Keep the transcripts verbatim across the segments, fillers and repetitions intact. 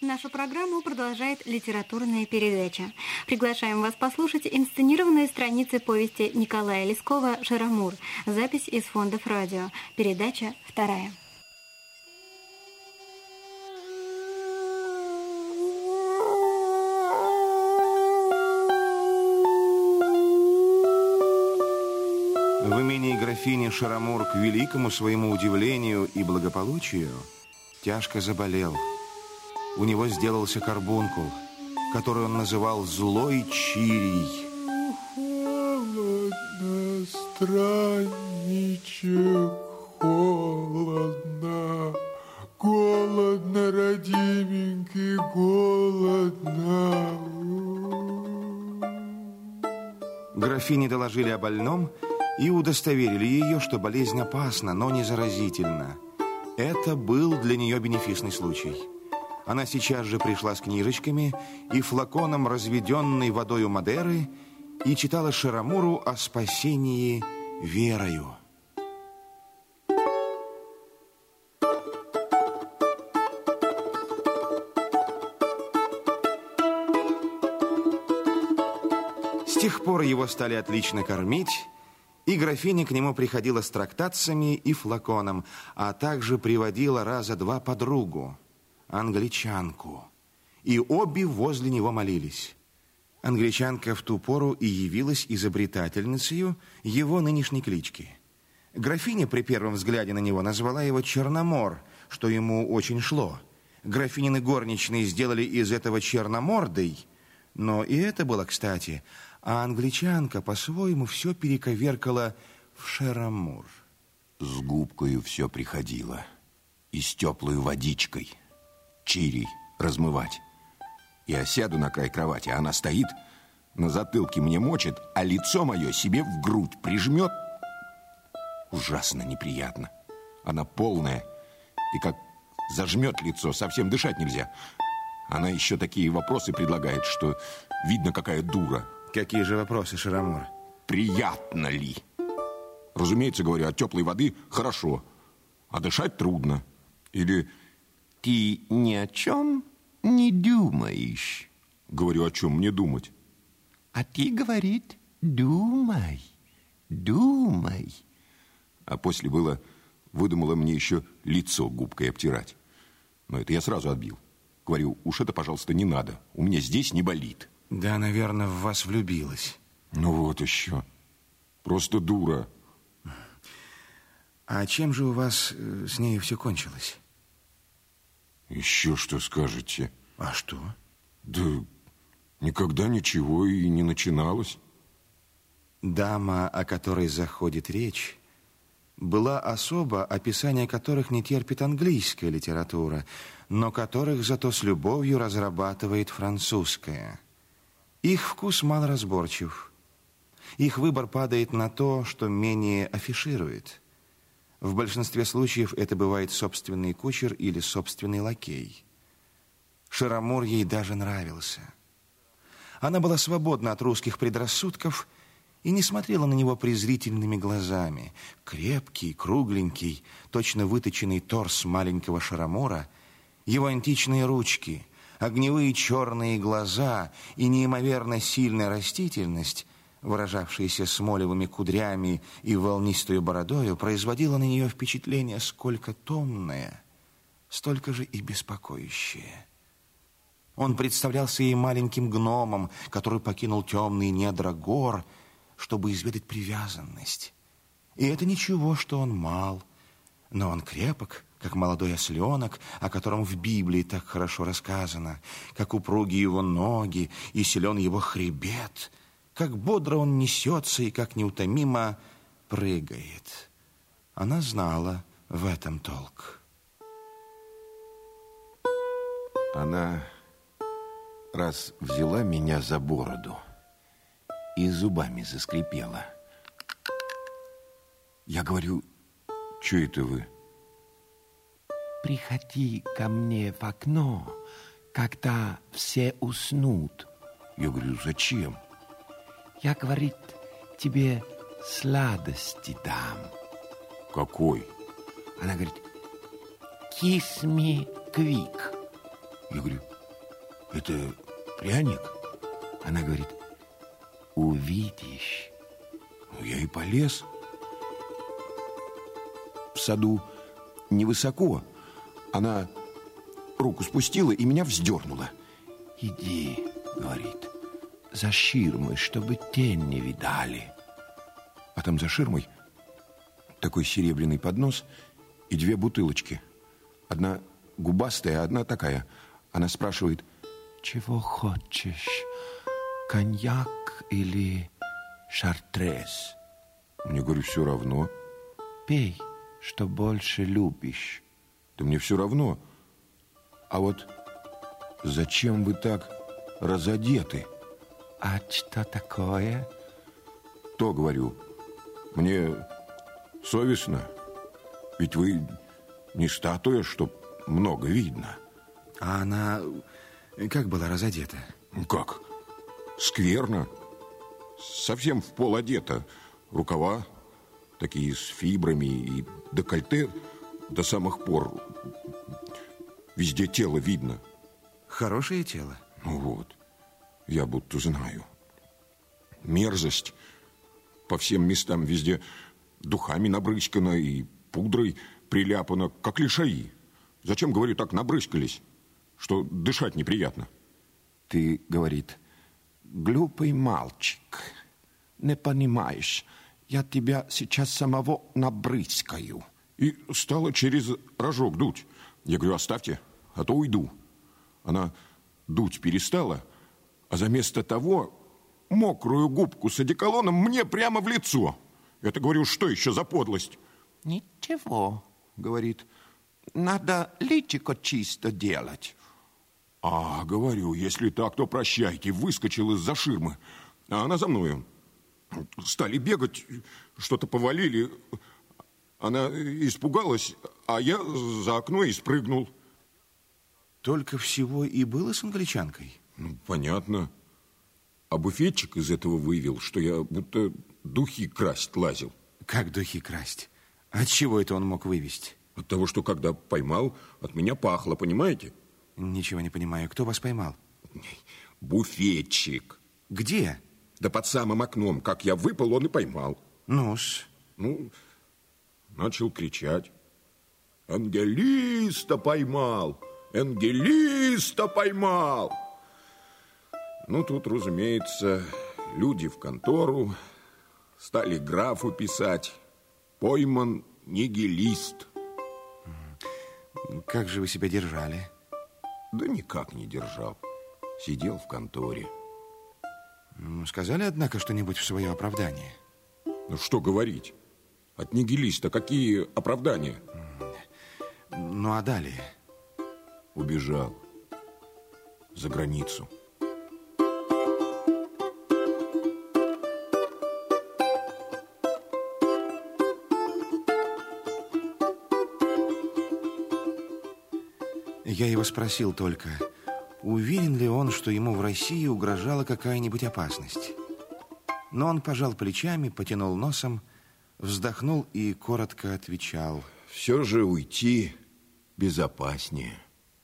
Нашу программу продолжает литературная передача. Приглашаем вас послушать инсценированные страницы повести Николая Лескова «Шарамур». Запись из фондов радио. Передача вторая. В имении графини Шарамур, к великому своему удивлению и благополучию, тяжко заболел. У него сделался карбункул, который он называл «злой чирий». Холодно, странничек, холодно, голодно, родименький, голодно. Графине доложили о больном и удостоверили ее, что болезнь опасна, но не заразительна. Это был для нее бенефисный случай. Она сейчас же пришла с книжечками и флаконом разведенной водою Мадеры и читала Шарамуру о спасении верою. С тех пор его стали отлично кормить, и графиня к нему приходила с трактатцами и флаконом, а также приводила раза два подругу, англичанку, и обе возле него молились. Англичанка в ту пору и явилась изобретательницей его нынешней клички. Графиня при первом взгляде на него назвала его Черномор, что ему очень шло. Графинины горничные сделали из этого Черномордой, но и это было кстати, а англичанка по-своему все перековеркала в Шарамур. С губкою все приходило, и с теплой водичкой. Чирий размывать. Я сяду на край кровати, а она стоит, на затылке мне мочит, а лицо мое себе в грудь прижмет. Ужасно неприятно. Она полная, и как зажмет лицо, совсем дышать нельзя. Она еще такие вопросы предлагает, что видно, какая дура. Какие же вопросы, Шарамур? Приятно ли? Разумеется, говорю, от теплой воды хорошо, а дышать трудно. Или... Ты ни о чем не думаешь. Говорю, о чем мне думать? А ты, говорит, думай, думай. А после было, выдумала мне еще лицо губкой обтирать. Но это я сразу отбил. Говорю, уж это, пожалуйста, не надо. У меня здесь не болит. Да, наверное, в вас влюбилась. Ну вот еще. Просто дура. А чем же у вас э, с ней все кончилось? Еще что скажете? А что? Да никогда ничего и не начиналось. Дама, о которой заходит речь, была особа, описание которых не терпит английская литература, но которых зато с любовью разрабатывает французская. Их вкус малоразборчив. Их выбор падает на то, что менее афиширует. В большинстве случаев это бывает собственный кучер или собственный лакей. Шарамур ей даже нравился. Она была свободна от русских предрассудков и не смотрела на него презрительными глазами. Крепкий, кругленький, точно выточенный торс маленького Шарамура, его античные ручки, огневые черные глаза и неимоверно сильная растительность, выражавшаяся смолевыми кудрями и волнистою бородою, производила на нее впечатление сколько томное, столько же и беспокоящее. Он представлялся ей маленьким гномом, который покинул темные недра гор, чтобы изведать привязанность. И это ничего, что он мал, но он крепок, как молодой осленок, о котором в Библии так хорошо рассказано, как упруги его ноги и силен его хребет, как бодро он несется и как неутомимо прыгает. Она знала в этом толк. Она раз взяла меня за бороду и зубами заскрипела. Я говорю, что это вы? Приходи ко мне в окно, когда все уснут. Я говорю, зачем? Я, говорит, тебе сладости дам. Какой? Она говорит, kiss me quick. Я говорю, Это пряник? Она говорит, увидишь. Ну, я и полез. В саду невысоко. Она руку спустила и меня вздернула. Иди, говорит, за ширмой, чтобы тень не видали. А там за ширмой такой серебряный поднос и две бутылочки. Одна губастая, одна такая. Она спрашивает, чего хочешь, коньяк или шартрез? Мне, говорю, все равно. Пей, что больше любишь. Да мне все равно. А вот зачем вы так разодеты? А что такое? То, говорю, мне совестно. Ведь вы не статуя, чтоб много видно. А она как была разодета? Как? Скверно. Совсем в пол одета. Рукава такие с фибрами и декольте до самых пор. Везде тело видно. Хорошее тело? Ну вот, я будто знаю. Мерзость. По всем местам везде духами набрызгано и пудрой приляпано, как лишаи. Зачем, говорю, так набрызгались, что дышать неприятно? Ты, говорит, глупый мальчик, не понимаешь, я тебя сейчас самого набрызгаю. И стала через рожок дуть. Я говорю, оставьте, а то уйду. Она дуть перестала, а заместо того мокрую губку с одеколоном мне прямо в лицо. Это, говорю, что еще за подлость? Ничего, говорит, надо личико чисто делать. А, говорю, если так, то прощайте. Выскочил из-за ширмы, а она за мною. Стали бегать, что-то повалили. Она испугалась, а я за окно и спрыгнул. Только всего и было с англичанкой? Ну, понятно. А буфетчик из этого вывел, что я будто духи красть лазил. Как духи красть? От чего это он мог вывести? От того, что когда поймал, от меня пахло, понимаете? Ничего не понимаю. Кто вас поймал? Буфетчик. Где? Да под самым окном. Как я выпал, он и поймал. Ну-с. Ну, начал кричать. Ангелиста поймал! Ангелиста поймал! Ну, тут, разумеется, люди в контору стали графу писать. Пойман нигилист. Как же вы себя держали? Да никак не держал. Сидел в конторе. Сказали, однако, что-нибудь в свое оправдание? Ну, что говорить? От нигилиста какие оправдания? Ну, а далее? Убежал за границу. Я его спросил только, уверен ли он, что ему в России угрожала какая-нибудь опасность. Но он пожал плечами, потянул носом, вздохнул и коротко отвечал. Все же уйти безопаснее.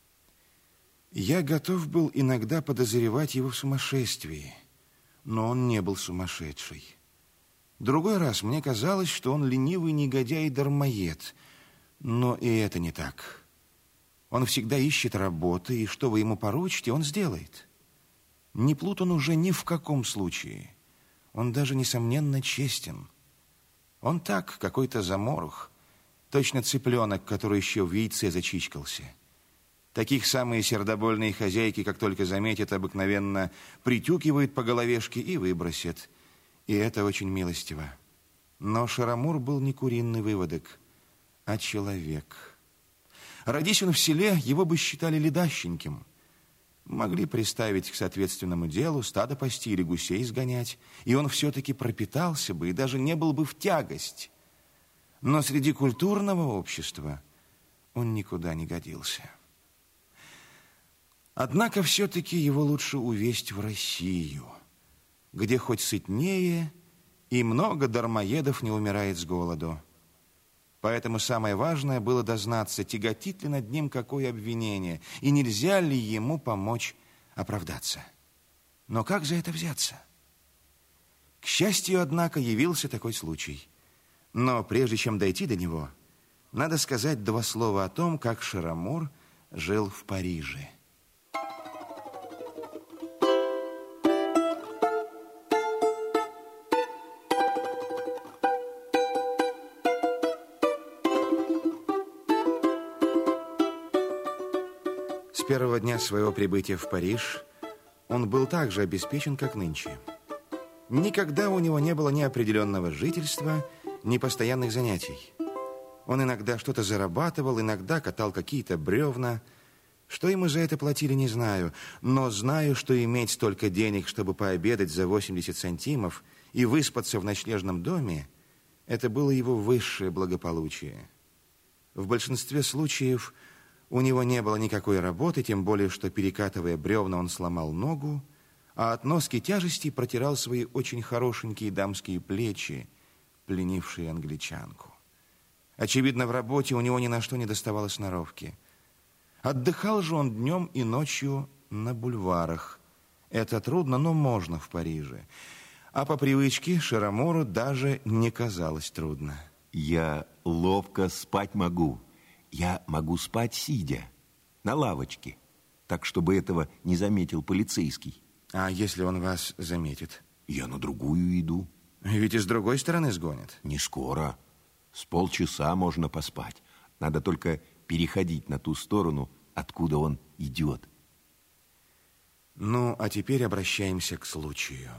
Я готов был иногда подозревать его в сумасшествии, но он не был сумасшедший. Другой раз мне казалось, что он ленивый негодяй и дармоед, но и это не так. Он всегда ищет работы, и что вы ему поручите, он сделает. Не плут он уже ни в каком случае. Он даже, несомненно, честен. Он так, какой-то заморох, точно цыпленок, который еще в яйце зачичкался. Таких самые сердобольные хозяйки, как только заметят, обыкновенно притюкивают по головешке и выбросят. И это очень милостиво. Но Шарамур был не куриный выводок, а человек. Родись он в селе, его бы считали ледащеньким. Могли приставить к соответственному делу, стадо пасти или гусей сгонять, и он все-таки пропитался бы и даже не был бы в тягость. Но среди культурного общества он никуда не годился. Однако все-таки его лучше увезть в Россию, где хоть сытнее и много дармоедов не умирает с голоду. Поэтому самое важное было дознаться, тяготит ли над ним какое обвинение, и нельзя ли ему помочь оправдаться. Но как за это взяться? К счастью, однако, явился такой случай. Но прежде чем дойти до него, надо сказать два слова о том, как Шерамур жил в Париже. С первого дня своего прибытия в Париж он был так же обеспечен, как нынче. Никогда у него не было ни определенного жительства, ни постоянных занятий. Он иногда что-то зарабатывал, иногда катал какие-то бревна. Что ему за это платили, не знаю, но знаю, что иметь столько денег, чтобы пообедать за восемьдесят сантимов и выспаться в ночлежном доме, это было его высшее благополучие. В большинстве случаев у него не было никакой работы, тем более, что, перекатывая бревна, он сломал ногу, а от носки тяжести протирал свои очень хорошенькие дамские плечи, пленившие англичанку. Очевидно, в работе у него ни на что не доставало сноровки. Отдыхал же он днем и ночью на бульварах. Это трудно, но можно в Париже. А по привычке Шерамуру даже не казалось трудно. Я ловко спать могу. Я могу спать сидя, на лавочке, так, чтобы этого не заметил полицейский. А если он вас заметит? Я на другую иду. Ведь и с другой стороны сгонят. Не скоро. С полчаса можно поспать. Надо только переходить на ту сторону, откуда он идет. Ну, а теперь обращаемся к случаю.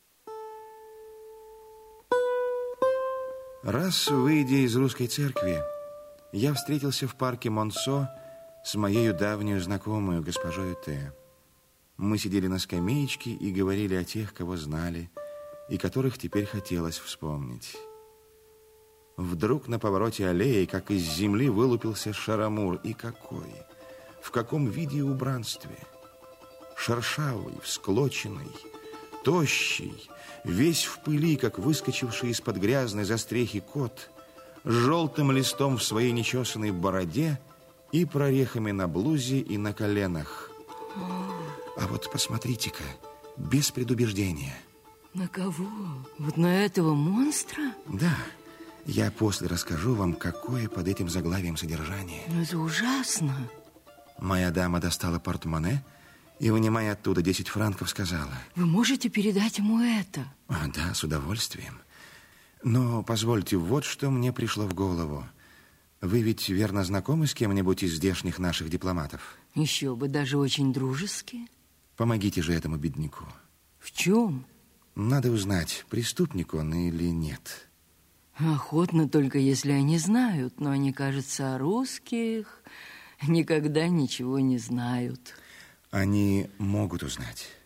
Раз, выйдя из русской церкви, я встретился в парке Монсо с моей давнюю знакомую, госпожой Т. Мы сидели на скамеечке и говорили о тех, кого знали, и которых теперь хотелось вспомнить. Вдруг на повороте аллеи, как из земли, вылупился Шерамур. И какой! В каком виде и убранстве! Шершавый, всклоченный, тощий, весь в пыли, как выскочивший из-под грязной застрехи кот, с желтым листом в своей нечесанной бороде и прорехами на блузе и на коленах. А вот посмотрите-ка, без предубеждения. На кого? Вот на этого монстра? Да, я после расскажу вам, какое под этим заглавием содержание. Ну, это ужасно. Моя дама достала портмоне и, вынимая оттуда десять франков, сказала: Вы можете передать ему это? А, да, с удовольствием. Но позвольте, вот что мне пришло в голову. Вы ведь верно знакомы с кем-нибудь из здешних наших дипломатов? Еще бы, даже очень дружески. Помогите же этому бедняку. В чем? Надо узнать, преступник он или нет. Охотно, только если они знают, но они, кажется, о русских никогда ничего не знают. Они могут узнать.